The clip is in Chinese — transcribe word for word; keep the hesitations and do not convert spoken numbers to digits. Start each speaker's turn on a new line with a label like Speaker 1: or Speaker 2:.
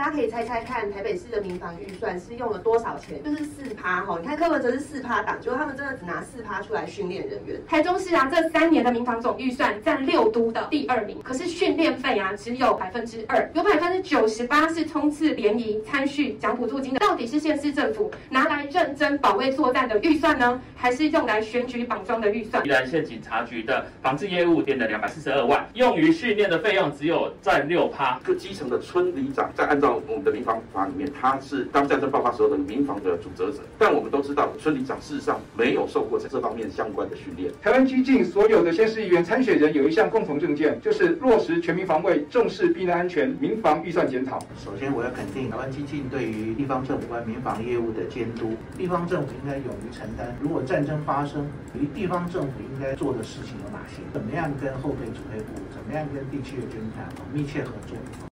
Speaker 1: 大家可以猜猜看，台北市的民防预算是用了多少钱？就是四趴哈。你看柯文哲是四趴党，结果他们真的只拿四趴出来训练人员。
Speaker 2: 台中市啊，这三年的民防总预算占六都的第二名，可是训练费啊只有百分之二，有百分之九十八是冲刺联谊、参叙、奖补助金的。到底是县市政府拿来认真保卫作战的预算呢，还是用来选举绑桩的预算？
Speaker 3: 宜兰县警察局的防治业务编了两百四十二万，用于训练的费用只有占六趴。
Speaker 4: 各基层的村里长，在按照我们的民防法里面，他是当战争爆发时候的民防的主责者。但我们都知道，村里长事实上没有受过这方面相关的训练。
Speaker 5: 台湾基进所有的县市议员参选人有一项共同政见，就是落实全民防卫，重视避难安全，民防预算检讨。
Speaker 6: 首先，我要肯定台湾基进对于地方政府关民防业务的监督，地方政府应该勇于承担。如果战争发生，于地方政府应该做的事情有哪些？怎么样跟后备指挥部，怎么样跟地区的侦探密切合作？